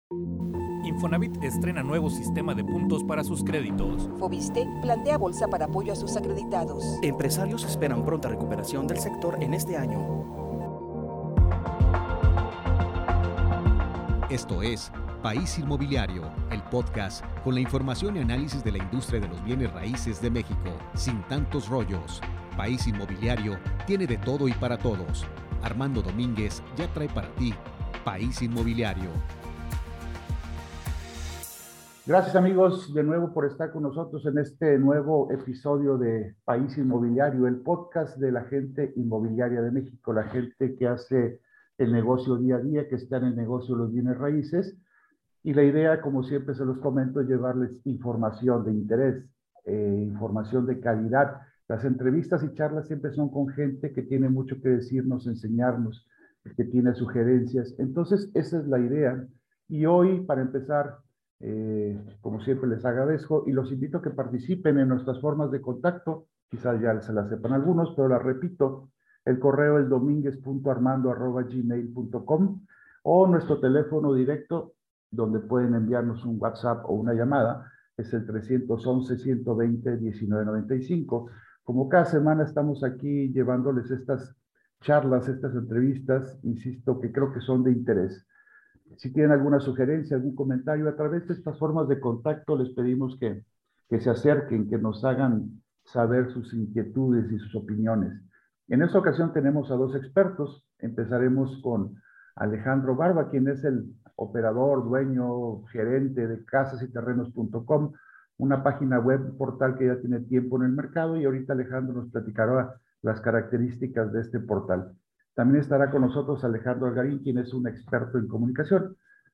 Infonavit estrena nuevo sistema de puntos para sus créditos. Foviste plantea bolsa para apoyo a sus acreditados. Empresarios esperan pronta recuperación del sector en este año. Esto es País Inmobiliario, el podcast con la información y análisis de la industria de los bienes raíces de México, sin tantos rollos. País Inmobiliario tiene de todo y para todos. Armando Domínguez ya trae para ti País Inmobiliario. Gracias amigos de nuevo por estar con nosotros en este nuevo episodio de País Inmobiliario, el podcast de la gente inmobiliaria de México, la gente que hace el negocio día a día, que está en el negocio de los bienes raíces. Y la idea, como siempre se los comento, es llevarles información de interés, información de calidad. Las entrevistas y charlas siempre son con gente que tiene mucho que decirnos, enseñarnos, que tiene sugerencias. Entonces, esa es la idea. Y hoy, para empezar, como siempre les agradezco y los invito a que participen en nuestras formas de contacto. Quizás ya se las sepan algunos, pero las repito. El correo es dominguez.armando@gmail.com o nuestro teléfono directo donde pueden enviarnos un WhatsApp o una llamada es el 311-120-1995. Como cada semana estamos aquí llevándoles estas charlas, estas entrevistas, insisto, que creo que son de interés. Si tienen alguna sugerencia, algún comentario, a través de estas formas de contacto les pedimos que se acerquen, que nos hagan saber sus inquietudes y sus opiniones. En esta ocasión tenemos a dos expertos. Empezaremos con Alejandro Barba, quien es el operador, dueño, gerente de casasyterrenos.com, una página web, un portal que ya tiene tiempo en el mercado, y ahorita Alejandro nos platicará las características de este portal. También estará con nosotros Alejandro Algarín, quien es un experto en comunicación,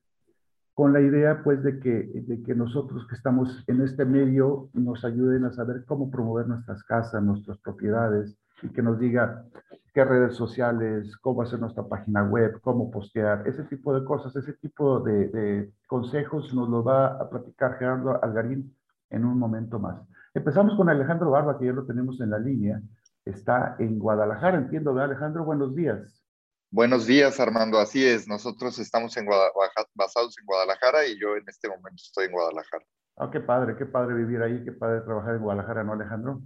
con la idea pues de que nosotros que estamos en este medio nos ayuden a saber cómo promover nuestras casas, nuestras propiedades, y que nos diga qué redes sociales, cómo hacer nuestra página web, cómo postear, ese tipo de cosas, ese tipo de consejos nos lo va a platicar Gerardo Algarín en un momento más. Empezamos con Alejandro Barba, que ya lo tenemos en la línea. Está en Guadalajara, entiendo, ¿verdad, Alejandro? Buenos días. Buenos días, Armando. Así es, nosotros estamos basados en Guadalajara y yo en este momento estoy en Guadalajara. Ah, qué padre vivir ahí, qué padre trabajar en Guadalajara, ¿no, Alejandro?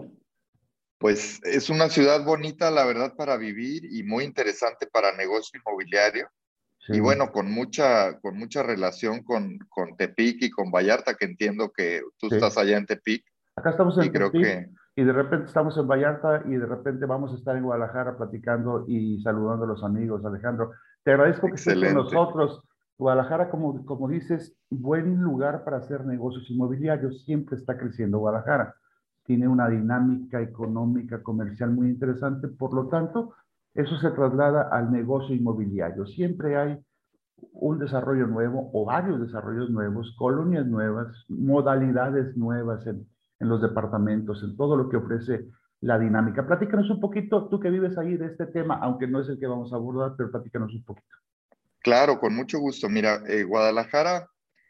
Pues es una ciudad bonita, la verdad, para vivir y muy interesante para negocio inmobiliario. Sí. Y bueno, con mucha relación con Tepic y con Vallarta, que entiendo que tú estás allá en Tepic. Acá estamos en Tepic, creo que... y de repente estamos en Vallarta y de repente vamos a estar en Guadalajara platicando y saludando a los amigos, Alejandro. Te agradezco que estés con nosotros. Guadalajara, como dices, buen lugar para hacer negocios inmobiliarios. Siempre está creciendo Guadalajara. Tiene una dinámica económica, comercial muy interesante. Por lo tanto, eso se traslada al negocio inmobiliario. Siempre hay un desarrollo nuevo o varios desarrollos nuevos, colonias nuevas, modalidades nuevas en los departamentos, en todo lo que ofrece la dinámica. Platícanos un poquito, tú que vives ahí, de este tema, aunque no es el que vamos a abordar, pero platícanos un poquito. Claro, con mucho gusto. Mira, Guadalajara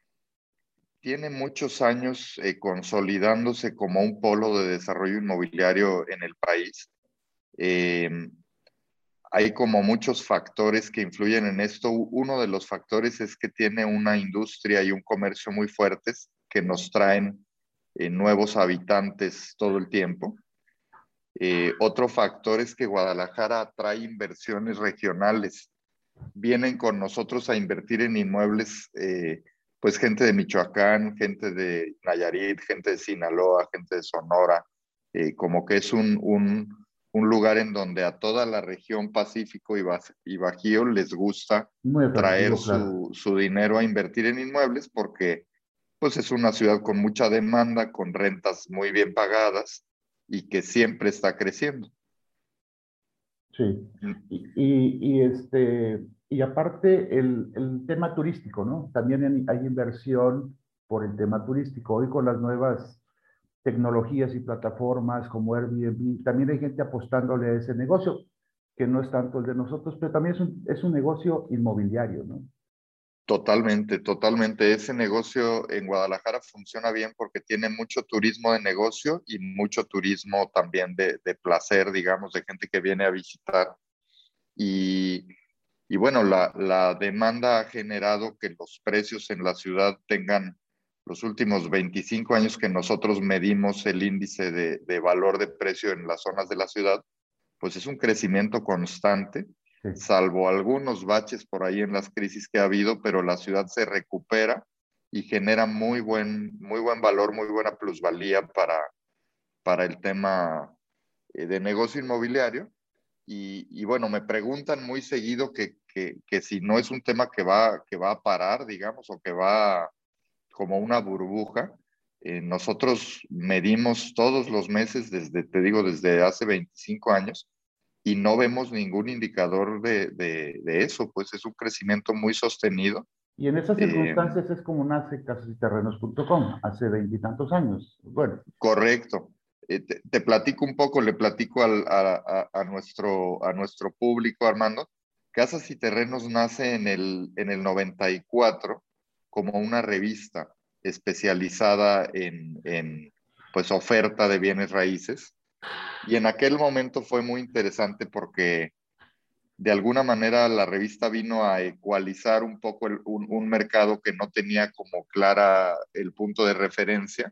tiene muchos años consolidándose como un polo de desarrollo inmobiliario en el país. Hay como muchos factores que influyen en esto. Uno de los factores es que tiene una industria y un comercio muy fuertes que nos traen nuevos habitantes todo el tiempo. Otro factor es que Guadalajara atrae inversiones regionales. Vienen con nosotros a invertir en inmuebles, pues gente de Michoacán, gente de Nayarit, gente de Sinaloa, gente de Sonora, como que es un lugar en donde a toda la región Pacífico y Bajío les gusta traer su dinero a invertir en inmuebles porque pues es una ciudad con mucha demanda, con rentas muy bien pagadas y que siempre está creciendo. Sí, y aparte el tema turístico, ¿no? También hay inversión por el tema turístico. Hoy con las nuevas tecnologías y plataformas como Airbnb, también hay gente apostándole a ese negocio, que no es tanto el de nosotros, pero también es un negocio inmobiliario, ¿no? Totalmente, totalmente. Ese negocio en Guadalajara funciona bien porque tiene mucho turismo de negocio y mucho turismo también de placer, digamos, de gente que viene a visitar. Y Y bueno, la demanda ha generado que los precios en la ciudad tengan los últimos 25 años que nosotros medimos el índice de valor de precio en las zonas de la ciudad, pues es un crecimiento constante, Sí. salvo algunos baches por ahí en las crisis que ha habido, pero la ciudad se recupera y genera muy buen valor, muy buena plusvalía para el tema de negocio inmobiliario. Y bueno, me preguntan muy seguido que si no es un tema que va a parar, digamos, o que va como una burbuja. Nosotros medimos todos los meses desde hace 25 años y no vemos ningún indicador de eso, pues es un crecimiento muy sostenido. Y en esas Eh, circunstancias es como nace casasyterrenos.com hace 20 y tantos años. Bueno, Correcto. Te platico un poco, le platico a nuestro público, Armando. Casas y Terrenos nace en el 94 como una revista especializada en pues, oferta de bienes raíces. Y en aquel momento fue muy interesante porque de alguna manera la revista vino a ecualizar un poco un mercado que no tenía como clara el punto de referencia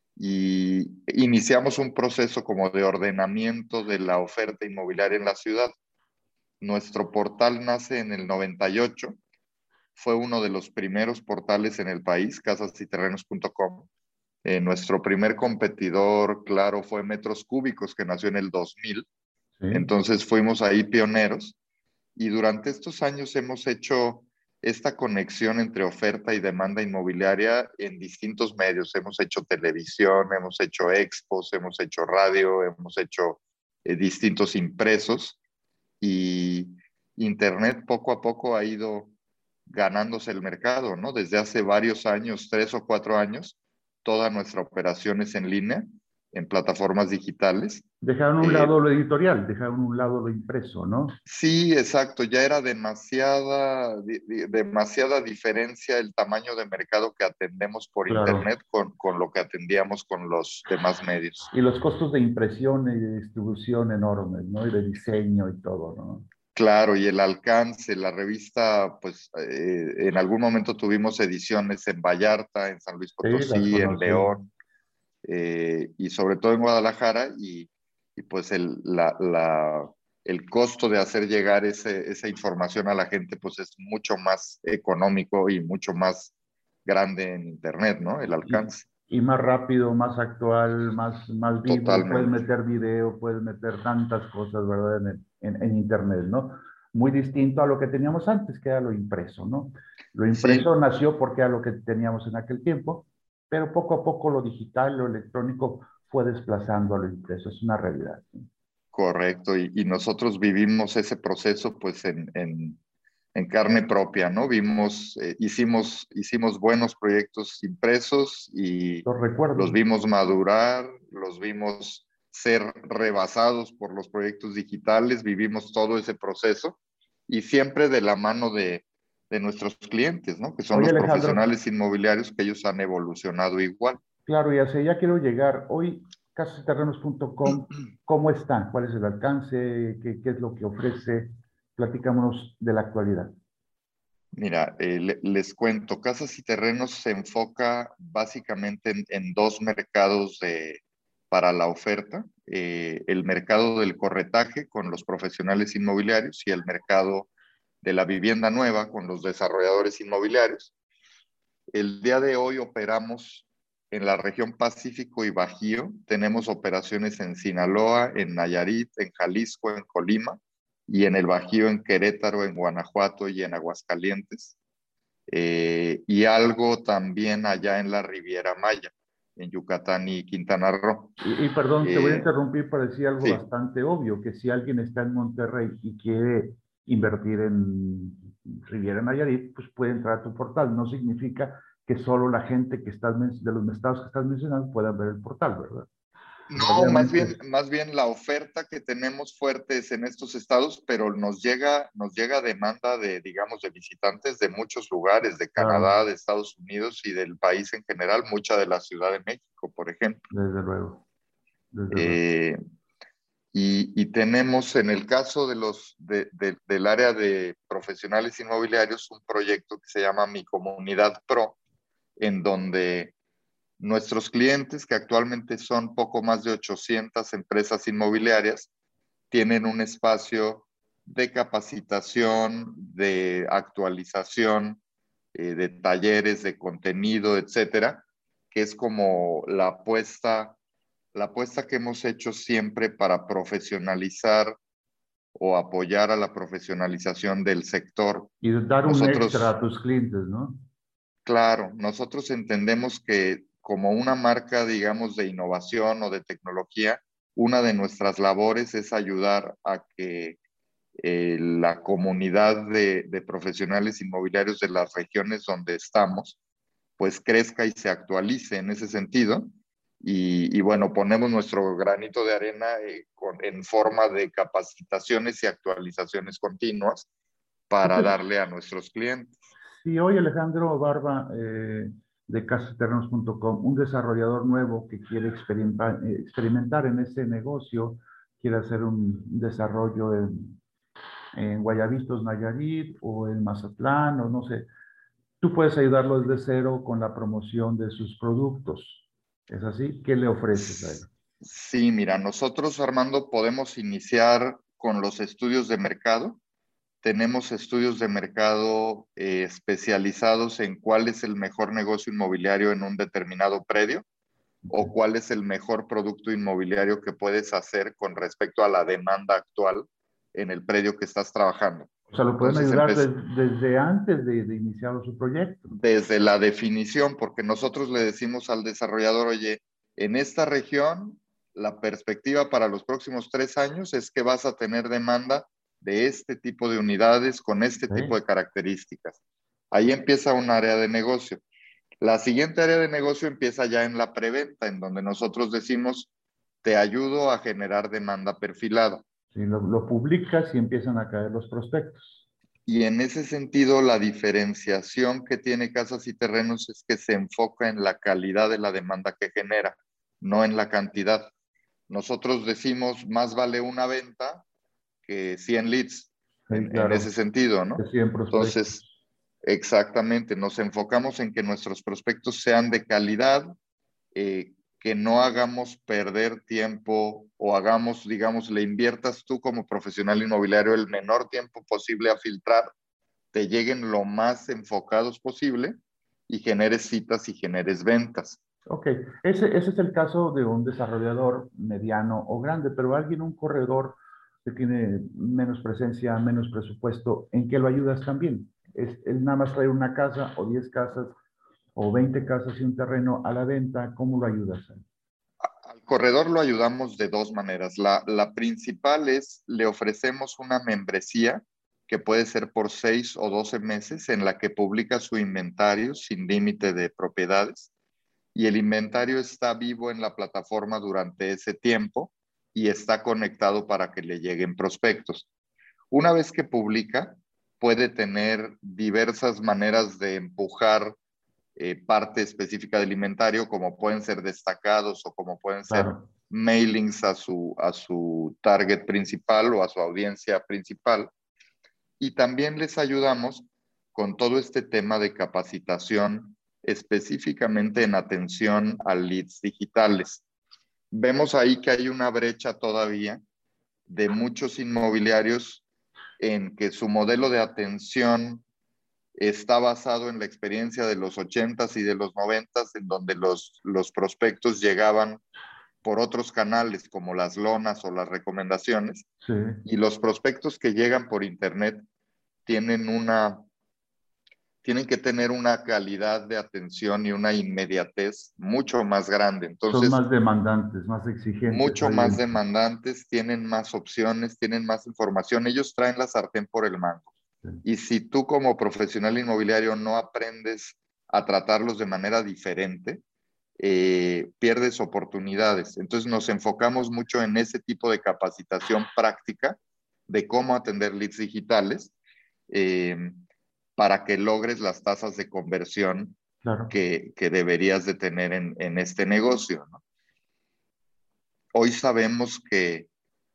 y iniciamos un proceso como de ordenamiento de la oferta inmobiliaria en la ciudad. Nuestro portal nace en el 98, fue uno de los primeros portales en el país, casasyterrenos.com. Nuestro primer competidor, claro, fue Metros Cúbicos, que nació en el 2000. sí. Entonces fuimos ahí pioneros y durante estos años hemos hecho esta conexión entre oferta y demanda inmobiliaria en distintos medios. Hemos hecho televisión, hemos hecho expos, hemos hecho radio, hemos hecho distintos impresos y Internet poco a poco ha ido ganándose el mercado, ¿no? Desde hace varios años, 3 o 4 años, toda nuestra operación es en línea, en plataformas digitales. Dejaron a un lado lo editorial, dejaron a un lado lo impreso, ¿no? Sí, exacto, ya era demasiada diferencia el tamaño de mercado que atendemos por Claro. internet con lo que atendíamos con los demás medios. Y los costos de impresión y de distribución enormes, ¿no? Y de diseño y todo, ¿no? Claro, y el alcance, la revista, pues en algún momento tuvimos ediciones en Vallarta, en San Luis Sí, las Potosí, en conocí. León, y sobre todo en Guadalajara, y pues el costo de hacer llegar esa información a la gente pues es mucho más económico y mucho más grande en Internet, ¿no? El alcance. Y más rápido, más actual, más vivo, puedes Totalmente. meter video, puedes meter tantas cosas, ¿verdad? En Internet, ¿no? Muy distinto a lo que teníamos antes, que era lo impreso, ¿no? Lo impreso Sí, nació porque era lo que teníamos en aquel tiempo, pero poco a poco lo digital, lo electrónico fue desplazando a lo impreso, es una realidad, ¿sí? correcto. Y nosotros vivimos ese proceso pues en carne propia, ¿no? Hicimos buenos proyectos impresos y Lo los recuerdo. vimos madurar, los vimos ser rebasados por los proyectos digitales, vivimos todo ese proceso y siempre de la mano de nuestros clientes, ¿no? Que son Oye, los Alejandro, profesionales inmobiliarios que ellos han evolucionado igual. claro, ya sé, ya quiero llegar. Hoy, casasyterrenos.com, ¿cómo está? ¿Cuál es el alcance? ¿Qué es lo que ofrece? Platicámonos de la actualidad. Mira, les cuento, Casas y Terrenos se enfoca básicamente en dos mercados para la oferta, el mercado del corretaje con los profesionales inmobiliarios y el mercado de la vivienda nueva con los desarrolladores inmobiliarios. El día de hoy operamos en la región Pacífico y Bajío, tenemos operaciones en Sinaloa, en Nayarit, en Jalisco, en Colima y en el Bajío, en Querétaro, en Guanajuato y en Aguascalientes. Y algo también allá en la Riviera Maya, en Yucatán y Quintana Roo. Y perdón, te voy a Eh, interrumpir para decir algo sí, bastante obvio, que si alguien está en Monterrey y quiere invertir en Riviera Nayarit, pues puede entrar a tu portal. No significa que solo la gente que está de los estados que estás mencionando pueda ver el portal, ¿verdad? Pues no, obviamente, más bien la oferta que tenemos fuerte es en estos estados, pero nos llega demanda de, digamos, de visitantes de muchos lugares, de claro, Canadá, de Estados Unidos y del país en general, mucha de la Ciudad de México, por ejemplo. desde luego, desde luego. Eh, Y tenemos en el caso del área de profesionales inmobiliarios un proyecto que se llama Mi Comunidad Pro, en donde nuestros clientes, que actualmente son poco más de 800 empresas inmobiliarias, tienen un espacio de capacitación, de actualización, de talleres, de contenido, etcétera, que es como la apuesta que hemos hecho siempre para profesionalizar o apoyar a la profesionalización del sector. Y dar un extra Nosotros, a tus clientes, ¿no? claro, nosotros entendemos que como una marca, digamos, de innovación o de tecnología, una de nuestras labores es ayudar a que la comunidad de profesionales inmobiliarios de las regiones donde estamos, pues crezca y se actualice en ese sentido. Y bueno, ponemos nuestro granito de arena en forma de capacitaciones y actualizaciones continuas para Entonces, darle a nuestros clientes. si hoy Alejandro Barba de casaterrenos.com, un desarrollador nuevo que quiere experimentar en ese negocio, quiere hacer un desarrollo en Guayabitos, Nayarit, o en Mazatlán, o no sé, tú puedes ayudarlo desde cero con la promoción de sus productos. ¿Es así? ¿Qué le ofreces a él? Sí, mira, nosotros, Armando, podemos iniciar con los estudios de mercado. Tenemos estudios de mercado especializados en cuál es el mejor negocio inmobiliario en un determinado predio o cuál es el mejor producto inmobiliario que puedes hacer con respecto a la demanda actual en el predio que estás trabajando. O sea, lo pueden Entonces, ayudar desde antes de iniciar su proyecto. desde la definición, porque nosotros le decimos al desarrollador, oye, en esta región, la perspectiva para los próximos 3 años es que vas a tener demanda de este tipo de unidades con este tipo ¿Sí? de características. Ahí empieza un área de negocio. La siguiente área de negocio empieza ya en la preventa, en donde nosotros decimos, te ayudo a generar demanda perfilada. Sí, lo publicas y empiezan a caer los prospectos. Y en ese sentido, la diferenciación que tiene Casas y Terrenos es que se enfoca en la calidad de la demanda que genera, no en la cantidad. Nosotros decimos, más vale una venta que 100 leads, Sí, en ese claro, sentido, ¿no? reciben prospectos. Entonces, exactamente, nos enfocamos en que nuestros prospectos sean de calidad, que no hagamos perder tiempo o hagamos, digamos, le inviertas tú como profesional inmobiliario el menor tiempo posible a filtrar, te lleguen lo más enfocados posible y generes citas y generes ventas. Ok, ese es el caso de un desarrollador mediano o grande, pero alguien, un corredor que tiene menos presencia, menos presupuesto, ¿en qué lo ayudas también? Él nada más trae una casa o 10 casas o 20 casas y un terreno a la venta, ¿cómo lo ayudas? Al corredor lo ayudamos de dos maneras. La principal es, le ofrecemos una membresía que puede ser por 6 o 12 meses en la que publica su inventario sin límite de propiedades y el inventario está vivo en la plataforma durante ese tiempo y está conectado para que le lleguen prospectos. Una vez que publica, puede tener diversas maneras de empujar parte específica del inventario, como pueden ser destacados o como pueden ser Claro, mailings a su target principal o a su audiencia principal. Y también les ayudamos con todo este tema de capacitación, específicamente en atención a leads digitales. Vemos ahí que hay una brecha todavía de muchos inmobiliarios en que su modelo de atención está basado en la experiencia de los 80s y de los 90s, en donde los prospectos llegaban por otros canales como las lonas o las recomendaciones, sí. y los prospectos que llegan por internet tienen tienen que tener una calidad de atención y una inmediatez mucho más grande. Son Entonces, más demandantes, más exigentes mucho hoy más en día. demandantes, tienen más opciones, tienen más información. Ellos traen la sartén por el mango. Sí. Y si tú como profesional inmobiliario no aprendes a tratarlos de manera diferente, pierdes oportunidades. Entonces nos enfocamos mucho en ese tipo de capacitación práctica de cómo atender leads digitales eh, para que logres las tasas de conversión Claro. que deberías de tener en este negocio, ¿no? Hoy sabemos que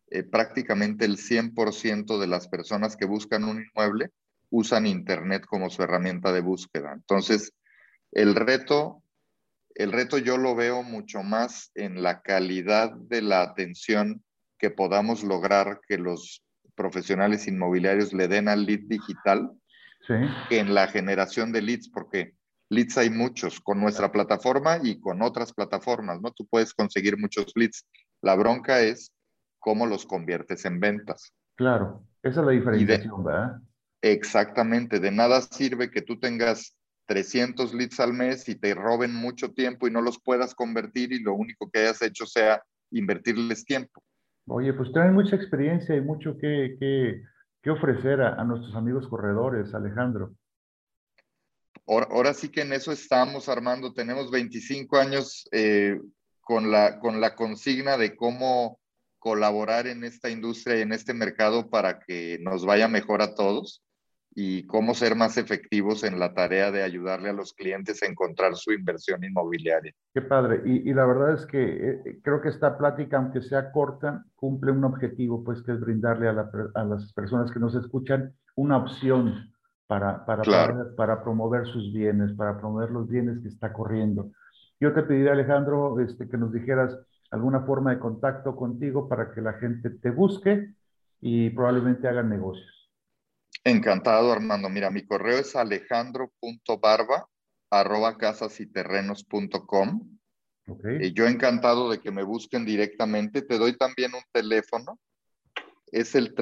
prácticamente el 100% de las personas que buscan un inmueble usan Internet como su herramienta de búsqueda. Entonces, el reto yo lo veo mucho más en la calidad de la atención que podamos lograr que los profesionales inmobiliarios le den al lead digital, Sí. que en la generación de leads, porque leads hay muchos con nuestra plataforma y con otras plataformas, ¿no? Tú puedes conseguir muchos leads. La bronca es cómo los conviertes en ventas. Claro, esa es la diferenciación, ¿verdad? Exactamente, de nada sirve que tú tengas 300 leads al mes y te roben mucho tiempo y no los puedas convertir y lo único que hayas hecho sea invertirles tiempo. Oye, pues tienen mucha experiencia y mucho que ofrecer a nuestros amigos corredores, Alejandro. Ahora sí que en eso estamos, Armando. Tenemos 25 años con la consigna de cómo colaborar en esta industria y en este mercado para que nos vaya mejor a todos y cómo ser más efectivos en la tarea de ayudarle a los clientes a encontrar su inversión inmobiliaria. Qué padre. Y la verdad es que creo que esta plática, aunque sea corta, cumple un objetivo, pues que es brindarle a las personas que nos escuchan una opción Claro. para promover sus bienes, para promover los bienes que está corriendo. Yo te pediría, Alejandro, que nos dijeras alguna forma de contacto contigo para que la gente te busque y probablemente hagan negocios. Encantado, Armando. Mira, mi correo es alejandro.barba@casasyterrenos.com. ¿Ok? Yo encantado de que me busquen directamente. Te doy también un teléfono. Es el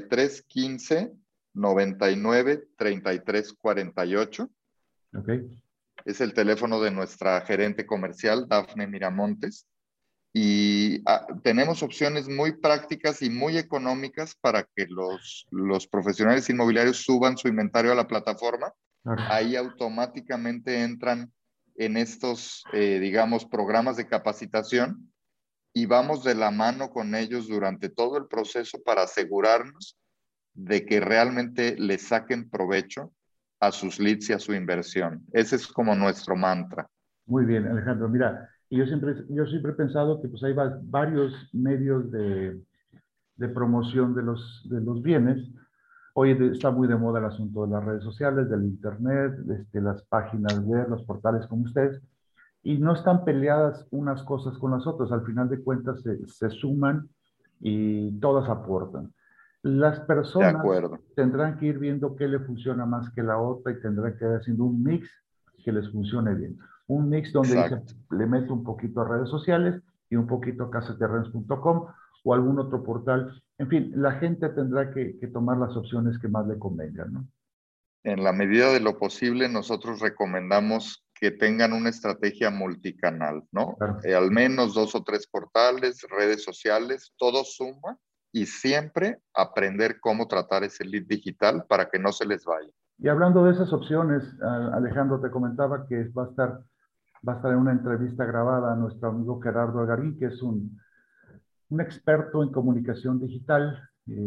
33 15 99 33 48. ¿Ok? Es el teléfono de nuestra gerente comercial, Dafne Miramontes. Y tenemos opciones muy prácticas y muy económicas para que los profesionales inmobiliarios suban su inventario a la plataforma. Claro. Ahí automáticamente entran en estos, digamos, programas de capacitación y vamos de la mano con ellos durante todo el proceso para asegurarnos de que realmente le saquen provecho a sus leads y a su inversión. Ese es como nuestro mantra. Muy bien, Alejandro. Mira, y yo siempre he pensado que pues hay varios medios de promoción de los bienes. Hoy está muy de moda el asunto de las redes sociales, del internet, las páginas web, los portales como ustedes, y no están peleadas unas cosas con las otras. Al final de cuentas se suman y todas aportan. Las De personas acuerdo. tendrán que ir viendo qué le funciona más que la otra y tendrán que ir haciendo un mix que les funcione bien. Un mix donde dice, Exacto. le meto un poquito a redes sociales y un poquito a casaterrenos.com o algún otro portal. En fin, la gente tendrá que tomar las opciones que más le convengan, ¿no? En la medida de lo posible, nosotros recomendamos que tengan una estrategia multicanal, ¿no? Claro. Al menos 2 o 3 portales, redes sociales, todo suma y siempre aprender cómo tratar ese lead digital para que no se les vaya. Y hablando de esas opciones, Alejandro, te comentaba que va a estar en una entrevista grabada a nuestro amigo Gerardo Algarín, que es un experto en comunicación digital,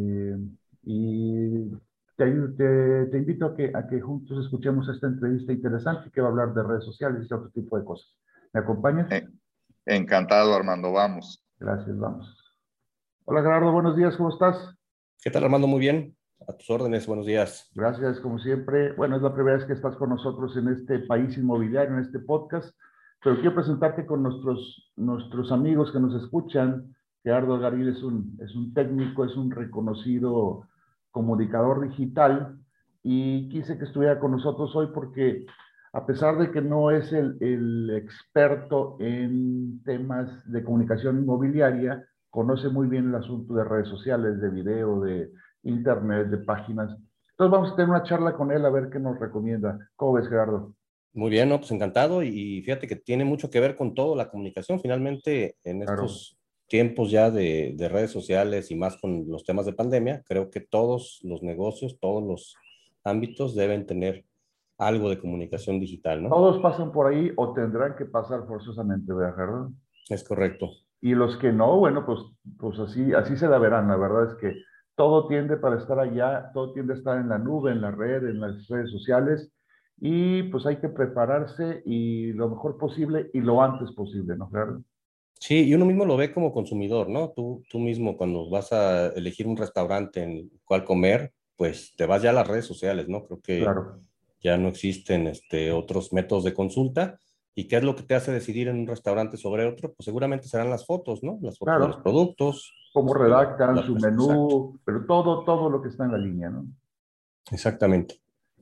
y te invito a que juntos escuchemos esta entrevista interesante que va a hablar de redes sociales y otro tipo de cosas. ¿Me acompañas? Encantado, Armando, vamos. Gracias, vamos. Hola Gerardo, buenos días, ¿cómo estás? ¿Qué tal, Armando? Muy bien. A tus órdenes, buenos días. Gracias, como siempre. Bueno, es la primera vez que estás con nosotros en este País Inmobiliario, en este podcast, pero quiero presentarte con nuestros amigos que nos escuchan. Gerardo Algarín es un técnico, es un reconocido comunicador digital y quise que estuviera con nosotros hoy porque a pesar de que no es el experto en temas de comunicación inmobiliaria, conoce muy bien el asunto de redes sociales, de video, de internet, de páginas. Entonces vamos a tener una charla con él a ver qué nos recomienda. ¿Cómo ves, Gerardo? Muy bien, ¿no? Pues encantado y fíjate que tiene mucho que ver con todo la comunicación. Finalmente, en Claro. estos tiempos ya de redes sociales y más con los temas de pandemia, creo que todos los negocios, todos los ámbitos deben tener algo de comunicación digital, ¿no? Todos pasan por ahí o tendrán que pasar forzosamente, ¿verdad, Gerardo? Es correcto. Y los que no, bueno, pues así se la verán. La verdad es que todo tiende para estar allá, todo tiende a estar en la nube, en la red, en las redes sociales, y pues hay que prepararse y lo mejor posible y lo antes posible, ¿no, Gerardo? Sí, y uno mismo lo ve como consumidor, ¿no? Tú mismo cuando vas a elegir un restaurante en el cual comer, pues te vas ya a las redes sociales, ¿no? Creo que Claro, ya no existen otros métodos de consulta. ¿Y qué es lo que te hace decidir en un restaurante sobre otro? Pues seguramente serán las fotos, ¿no? Las fotos de los claro. productos, Cómo redactan su exacto, menú, pero todo lo que está en la línea, ¿no? exactamente.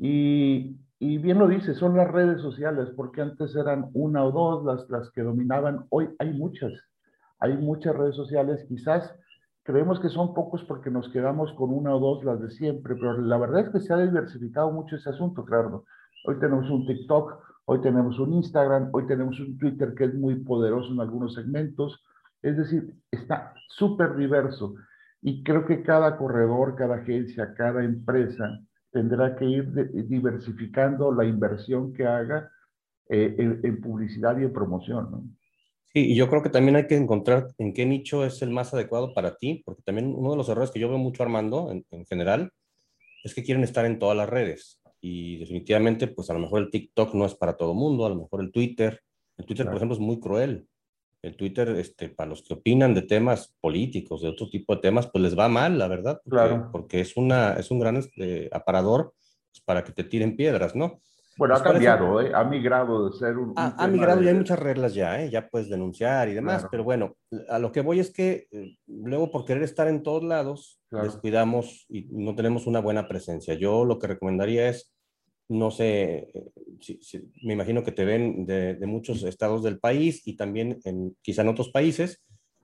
Y bien lo dice, son las redes sociales, porque antes eran una o dos las que dominaban. Hoy hay muchas redes sociales. Quizás creemos que son pocos porque nos quedamos con una o dos, las de siempre, pero la verdad es que se ha diversificado mucho ese asunto, claro. Hoy tenemos un TikTok, hoy tenemos un Instagram, hoy tenemos un Twitter que es muy poderoso en algunos segmentos. Es decir, está súper diverso. Y creo que cada corredor, cada agencia, cada empresa tendrá que ir diversificando la inversión que haga en publicidad y en promoción, ¿no? Sí, y yo creo que también hay que encontrar en qué nicho es el más adecuado para ti, porque también uno de los errores que yo veo mucho, Armando, en general, es que quieren estar en todas las redes. Y definitivamente, pues a lo mejor el TikTok no es para todo mundo, a lo mejor el Twitter. El Twitter, por Claro, ejemplo, es muy cruel. El Twitter, para los que opinan de temas políticos, de otro tipo de temas, pues les va mal, la verdad, claro. porque es un gran aparador pues, para que te tiren piedras, ¿no? Bueno, ha Entonces, ¿cuáles son? cambiado, ¿eh? Ha migrado de ser un Ha tema migrado y hay muchas reglas ya, ¿eh? Ya puedes denunciar y demás, pero claro, bueno, a lo que voy es que luego por querer estar en todos lados, claro, descuidamos y no tenemos una buena presencia. Yo lo que recomendaría es, no sé, me imagino que te ven de muchos estados del país y también quizá en otros países.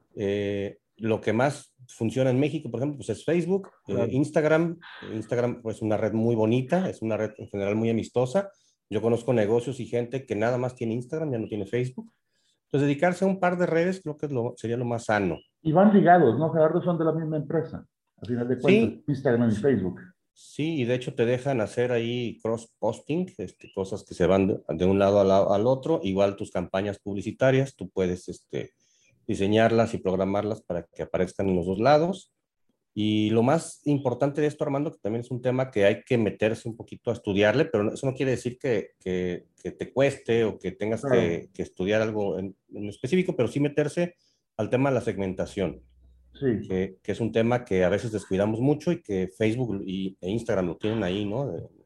Lo que más funciona en México, por ejemplo, pues es Facebook, claro. Instagram. Instagram pues, es una red muy bonita, es una red en general muy amistosa. Yo conozco negocios y gente que nada más tiene Instagram, ya no tiene Facebook. Entonces, dedicarse a un par de redes creo que sería lo más sano. Y van ligados, ¿no, Gerardo? Son de la misma empresa, a final de cuentas, Sí, Instagram y sí, Facebook. sí, y de hecho te dejan hacer ahí cross-posting, cosas que se van de un lado al otro. Igual tus campañas publicitarias, tú puedes diseñarlas y programarlas para que aparezcan en los dos lados. Y lo más importante de esto, Armando, que también es un tema que hay que meterse un poquito a estudiarle, pero eso no quiere decir que te cueste o que tengas Claro, que estudiar algo en específico, pero sí meterse al tema de la segmentación, sí. que es un tema que a veces descuidamos mucho y que Facebook e Instagram lo tienen ahí, ¿no?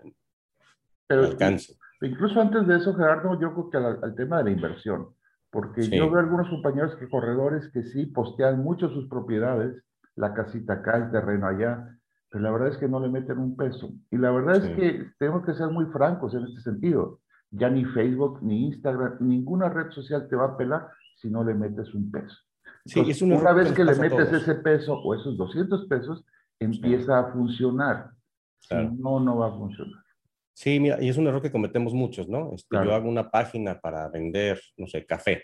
Al Pero alcance. incluso antes de eso, Gerardo, yo creo que al tema de la inversión, porque yo veo Sí, algunos compañeros que corredores que sí postean mucho sus propiedades, la casita acá, el terreno allá, pero la verdad es que no le meten un peso. Y la verdad es sí. que tenemos que ser muy francos en este sentido. Ya ni Facebook, ni Instagram, ninguna red social te va a pelar si no le metes un peso. Sí, y Entonces, es un una error que vez nos que le pasa a metes todos. ese peso o esos 200 pesos, Sí, empieza a funcionar. Si claro. no, no va a funcionar. Sí, mira, y es un error que cometemos muchos, ¿no? Yo Claro, hago una página para vender, no sé, café.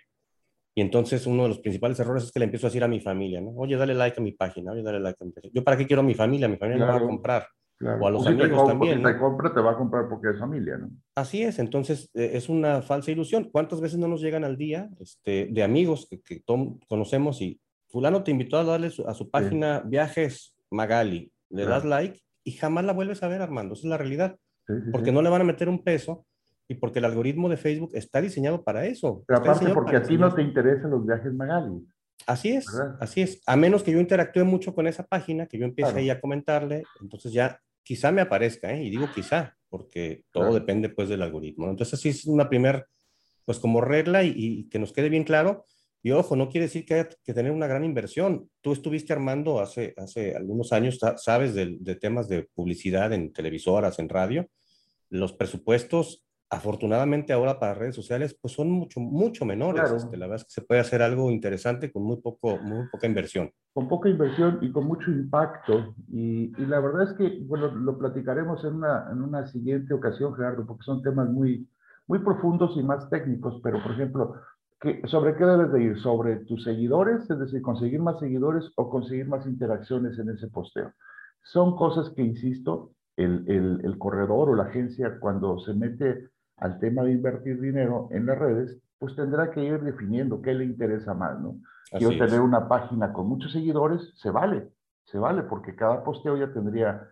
Y entonces uno de los principales errores es que le empiezo a decir a mi familia, ¿no? Oye, dale like a mi página, oye, dale like a mi página. ¿Yo para qué quiero a mi familia? Mi familia no va a claro. comprar. O a Claro. los amigos O si también, te ¿no? compra, te va a comprar porque es familia, ¿no? Así es, entonces es una falsa ilusión. ¿Cuántas veces no nos llegan al día de amigos que conocemos y fulano te invitó a darle a su Sí, página Viajes Magali, le das claro. like y jamás la vuelves a ver, Armando? Esa es la realidad, Sí, sí, porque no sí. le van a meter un peso y porque el algoritmo de Facebook está diseñado para eso, Pero está aparte, diseñado porque para a ti no enseñar. te interesan los viajes Magali, ¿verdad? Así es. A menos que yo interactúe mucho con esa página, que yo empiece ahí Claro, a comentarle, entonces ya quizá me aparezca, ¿eh? Y digo quizá, porque todo claro. depende pues del algoritmo, ¿no? Entonces así es una primer, pues como regla y que nos quede bien claro. Y ojo, no quiere decir que haya que tener una gran inversión. Tú estuviste armando hace algunos años, sabes de temas de publicidad en televisoras, en radio. Los presupuestos, afortunadamente ahora para redes sociales, pues son mucho menores. Claro. La verdad es que se puede hacer algo interesante con muy poca inversión. Con poca inversión y con mucho impacto. Y la verdad es que, bueno, lo platicaremos en una siguiente ocasión, Gerardo, porque son temas muy profundos y más técnicos, pero por ejemplo, ¿sobre qué debes de ir? ¿Sobre tus seguidores? Es decir, conseguir más seguidores o conseguir más interacciones en ese posteo. Son cosas que, insisto, el corredor o la agencia cuando se mete al tema de invertir dinero en las redes, pues tendrá que ir definiendo qué le interesa más, ¿no? Quiero Así tener es. una página con muchos seguidores, se vale, porque cada posteo ya tendría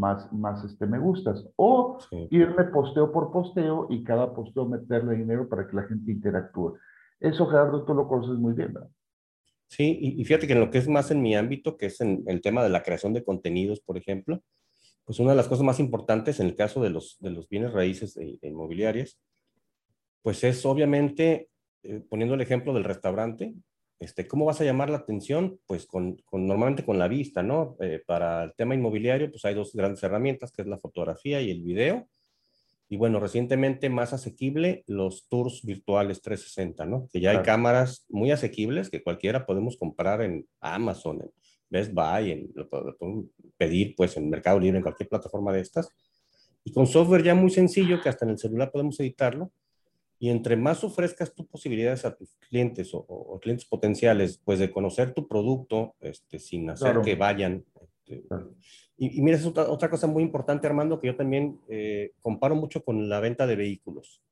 más me gustas. O Sí. irme posteo por posteo y cada posteo meterle dinero para que la gente interactúe. Eso, Gerardo, tú lo conoces muy bien, ¿verdad? Sí, y fíjate que en lo que es más en mi ámbito, que es en el tema de la creación de contenidos, por ejemplo, pues una de las cosas más importantes en el caso de los bienes raíces e inmobiliarias, pues es obviamente, poniendo el ejemplo del restaurante, ¿cómo vas a llamar la atención? Pues normalmente con la vista, ¿no? Para el tema inmobiliario, pues hay dos grandes herramientas, que es la fotografía y el video. Y bueno, recientemente más asequible los tours virtuales 360, ¿no? Que ya hay Claro. cámaras muy asequibles que cualquiera podemos comprar en Amazon, en Best Buy, lo podemos pedir pues en Mercado Libre, en cualquier plataforma de estas. Y con software ya muy sencillo, que hasta en el celular podemos editarlo. Y entre más ofrezcas tú posibilidades a tus clientes o clientes potenciales, pues de conocer tu producto, sin hacer Claro, que vayan. claro. Y mira, es otra cosa muy importante, Armando, que yo también comparo mucho con la venta de vehículos.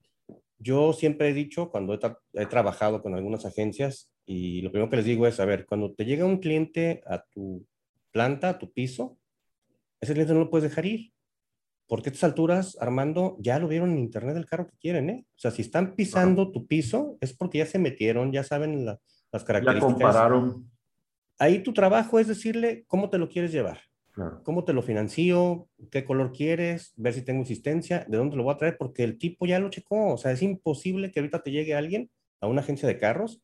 Yo siempre he dicho, cuando he trabajado con algunas agencias, y lo primero que les digo es, a ver, cuando te llega un cliente a tu planta, a tu piso, ese cliente no lo puedes dejar ir. Porque a estas alturas, Armando, ya lo vieron en internet el carro que quieren, ¿eh? O sea, si están Claro. pisando tu piso, es porque ya se metieron, ya saben las Ya características. compararon. Ahí tu trabajo es decirle cómo te lo quieres llevar, Claro. cómo te lo financio, qué color quieres, ver si tengo existencia, de dónde lo voy a traer, porque el tipo ya lo checó. O sea, es imposible que ahorita te llegue alguien a una agencia de carros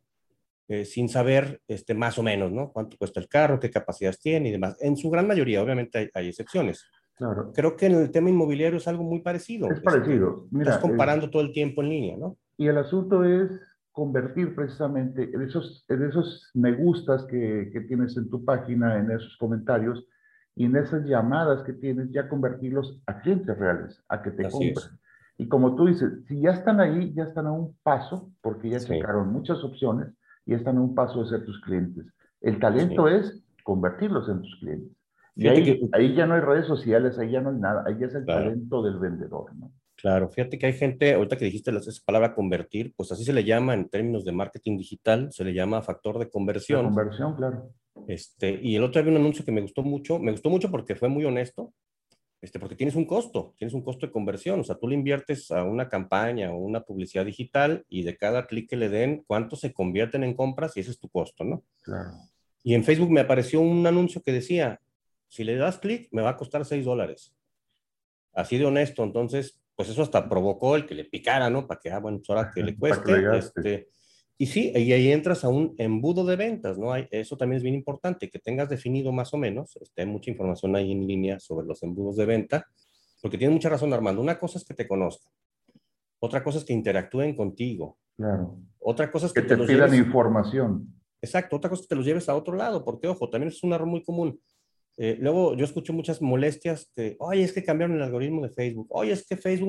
sin saber más o menos, ¿no? Cuánto cuesta el carro, qué capacidades tiene y demás. En su gran mayoría, obviamente hay excepciones. Claro. Creo que en el tema inmobiliario es algo muy parecido. Es parecido. Estás Mira, comparando todo el tiempo en línea, ¿no? y el asunto es convertir precisamente en esos me gustas que tienes en tu página, en esos comentarios y en esas llamadas que tienes, ya convertirlos a clientes reales, a que te Así compren. es. Y como tú dices, si ya están ahí, ya están a un paso, porque ya Sí, checaron muchas opciones y están a un paso de ser tus clientes. El talento sí. es convertirlos en tus clientes. Y Fíjate que, ahí ya no hay redes sociales, ahí ya no hay nada, ahí ya es el claro, talento del vendedor, ¿no? claro. Fíjate que hay gente, ahorita que dijiste esa palabra convertir, pues así se le llama en términos de marketing digital, se le llama factor de La conversión. conversión, claro. Y el otro día vi un anuncio que me gustó mucho porque fue muy honesto, porque tienes un costo de conversión. O sea, tú le inviertes a una campaña o una publicidad digital y de cada clic que le den, cuánto se convierten en compras y ese es tu costo, ¿no? Claro. Y en Facebook me apareció un anuncio que decía, si le das clic, me va a costar $6. Así de honesto. Entonces, pues eso hasta provocó el que le picara, ¿no? Para que, bueno, pues ahora que le Para que le cueste, gaste. y sí, y ahí entras a un embudo de ventas, ¿no? Eso también es bien importante, que tengas definido más o menos, hay mucha información ahí en línea sobre los embudos de venta, porque tiene mucha razón, Armando. Una cosa es que te conozcan, otra cosa es que interactúen contigo, Claro. otra cosa es Que que te te los pidan lleves, información. exacto, otra cosa es que te los lleves a otro lado, porque ojo, también es un error muy común. Luego yo escucho muchas molestias que, oye, es que cambiaron el algoritmo de Facebook, oye, es que Facebook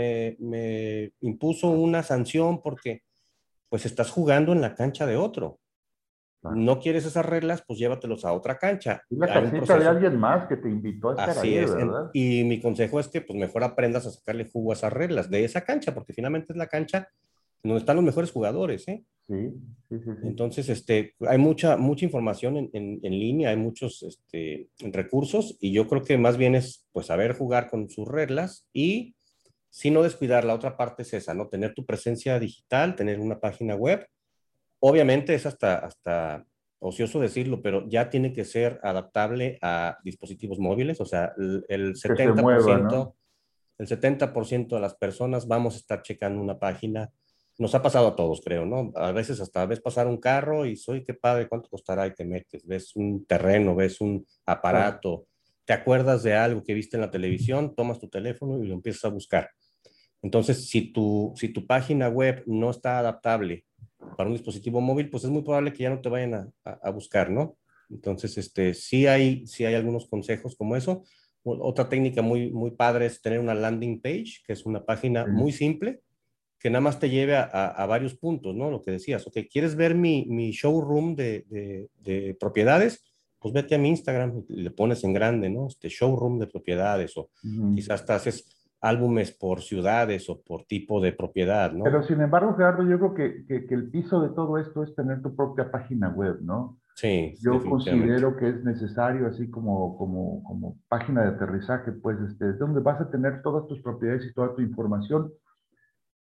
me impuso una sanción porque pues estás jugando en la cancha de otro. Claro. No quieres esas reglas, pues llévatelos a otra cancha. Es la Hay un casita de proceso, alguien más que te invitó a estar así ahí, es. ¿verdad? Y mi consejo es que pues mejor aprendas a sacarle jugo a esas reglas de esa cancha, porque finalmente es la cancha donde están los mejores jugadores, ¿eh? Sí, sí, sí, sí. Entonces, hay mucha información en línea, hay muchos recursos y yo creo que más bien es, pues, saber jugar con sus reglas y, si no descuidar, la otra parte es esa, ¿no? Tener tu presencia digital, tener una página web. Obviamente es hasta ocioso decirlo, pero ya tiene que ser adaptable a dispositivos móviles, o sea, el Que se mueva, 70%, ¿no? el 70% de las personas vamos a estar checando una página. Nos ha pasado a todos, creo, ¿no? A veces hasta ves pasar un carro y soy, qué padre, ¿cuánto costará? Y te metes, ves un terreno, ves un Claro. aparato, te acuerdas de algo que viste en la televisión, tomas tu teléfono y lo empiezas a buscar. Entonces, si tu página web no está adaptable para un dispositivo móvil, pues es muy probable que ya no te vayan a buscar, ¿no? Entonces, sí hay algunos consejos como eso. Otra técnica muy padre es tener una landing page, que es una página Sí. muy simple, que nada más te lleve a varios puntos, ¿no? Lo que decías, ok, ¿quieres ver mi showroom de propiedades? Pues vete a mi Instagram y le pones en grande, ¿no? Showroom de propiedades, o Ujú. quizás te haces álbumes por ciudades o por tipo de propiedad, ¿no? Pero sin embargo, Gerardo, yo creo que el piso de todo esto es tener tu propia página web, ¿no? Sí, Yo definitivamente. considero que es necesario, así como página de aterrizaje, pues, donde vas a tener todas tus propiedades y toda tu información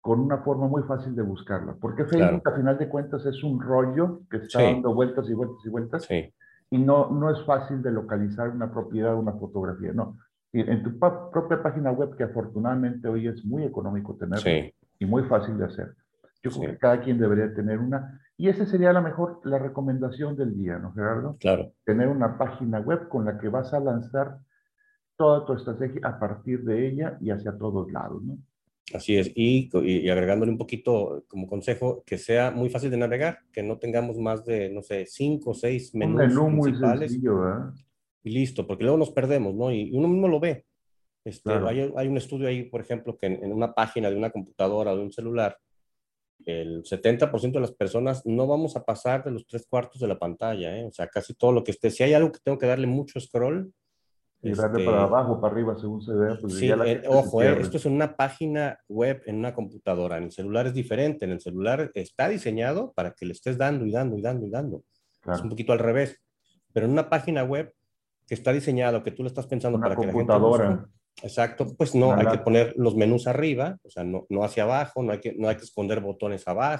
con una forma muy fácil de buscarla, porque Facebook a final de cuentas es un rollo que está dando vueltas y vueltas y vueltas, y no es fácil de localizar una propiedad o una fotografía, no. Y en tu propia página web, que afortunadamente hoy es muy económico tenerla y muy fácil de hacer, yo creo que cada quien debería tener una, y esa sería la recomendación del día, ¿no, Gerardo? Claro. Tener una página web con la que vas a lanzar toda tu estrategia a partir de ella y hacia todos lados, ¿no? Así es, y agregándole un poquito como consejo, que sea muy fácil de navegar, que no tengamos más de, no sé, 5 o 6 menús un menú principales. Muy sencillo, ¿verdad? Y listo, porque luego nos perdemos, ¿no? Y uno mismo lo ve. Claro. Hay un estudio ahí, por ejemplo, que en una página de una computadora o de un celular, el 70% de las personas no vamos a pasar de los 3/4 de la pantalla, ¿eh? O sea, casi todo lo que esté. Si hay algo que tengo que darle mucho scroll, y darle para abajo, para arriba, según se vea, pues sí, ya la gente ojo, esto es en una página web, en una computadora. En el celular es diferente. En el celular está diseñado para que le estés dando y dando y dando y dando. Claro. Es un poquito al revés. Pero en una página web que está diseñado, que tú lo estás pensando para que la gente busque, exacto, pues no, hay que poner los menús arriba, o sea, no hacia abajo, no hay que esconder botones abajo.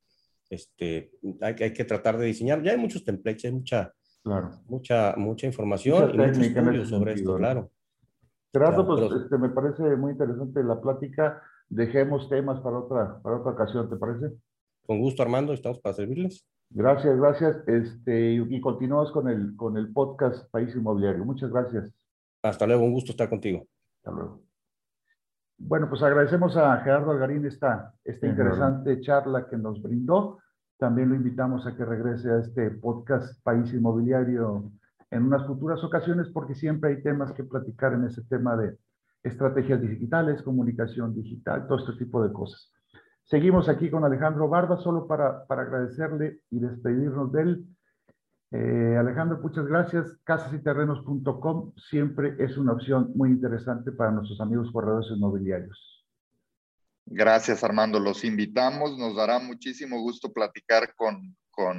Hay que tratar de diseñar. Ya hay muchos templates, hay mucha información y mucho estudio sobre esto, claro. Gerardo, claro, pues me parece muy interesante la plática. Dejemos temas para otra ocasión, ¿te parece? Con gusto, Armando, estamos para servirles. Gracias, gracias. Y continuamos con el podcast País Inmobiliario. Muchas gracias. Hasta luego, un gusto estar contigo. Hasta luego. Bueno, pues agradecemos a Gerardo Algarín esta interesante charla que nos brindó. También lo invitamos a que regrese a este podcast País Inmobiliario en unas futuras ocasiones, porque siempre hay temas que platicar en ese tema de estrategias digitales, comunicación digital, todo este tipo de cosas. Seguimos aquí con Alejandro Barba, solo para agradecerle y despedirnos de él. Alejandro, muchas gracias. Casasyterrenos.com siempre es una opción muy interesante para nuestros amigos corredores inmobiliarios. Gracias, Armando. Los invitamos. Nos dará muchísimo gusto platicar con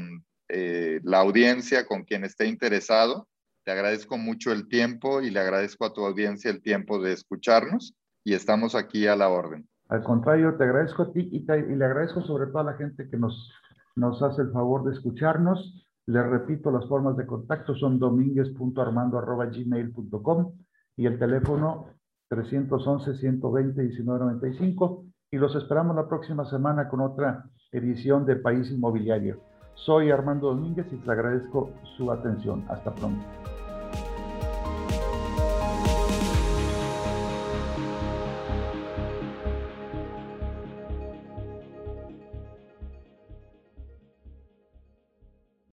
la audiencia, con quien esté interesado. Te agradezco mucho el tiempo y le agradezco a tu audiencia el tiempo de escucharnos y estamos aquí a la orden. Al contrario, te agradezco a ti y le agradezco sobre todo a la gente que nos hace el favor de escucharnos. Les repito, las formas de contacto son dominguez.armando@gmail.com y el teléfono 311-120-1995. Y los esperamos la próxima semana con otra edición de País Inmobiliario. Soy Armando Domínguez y les agradezco su atención. Hasta pronto.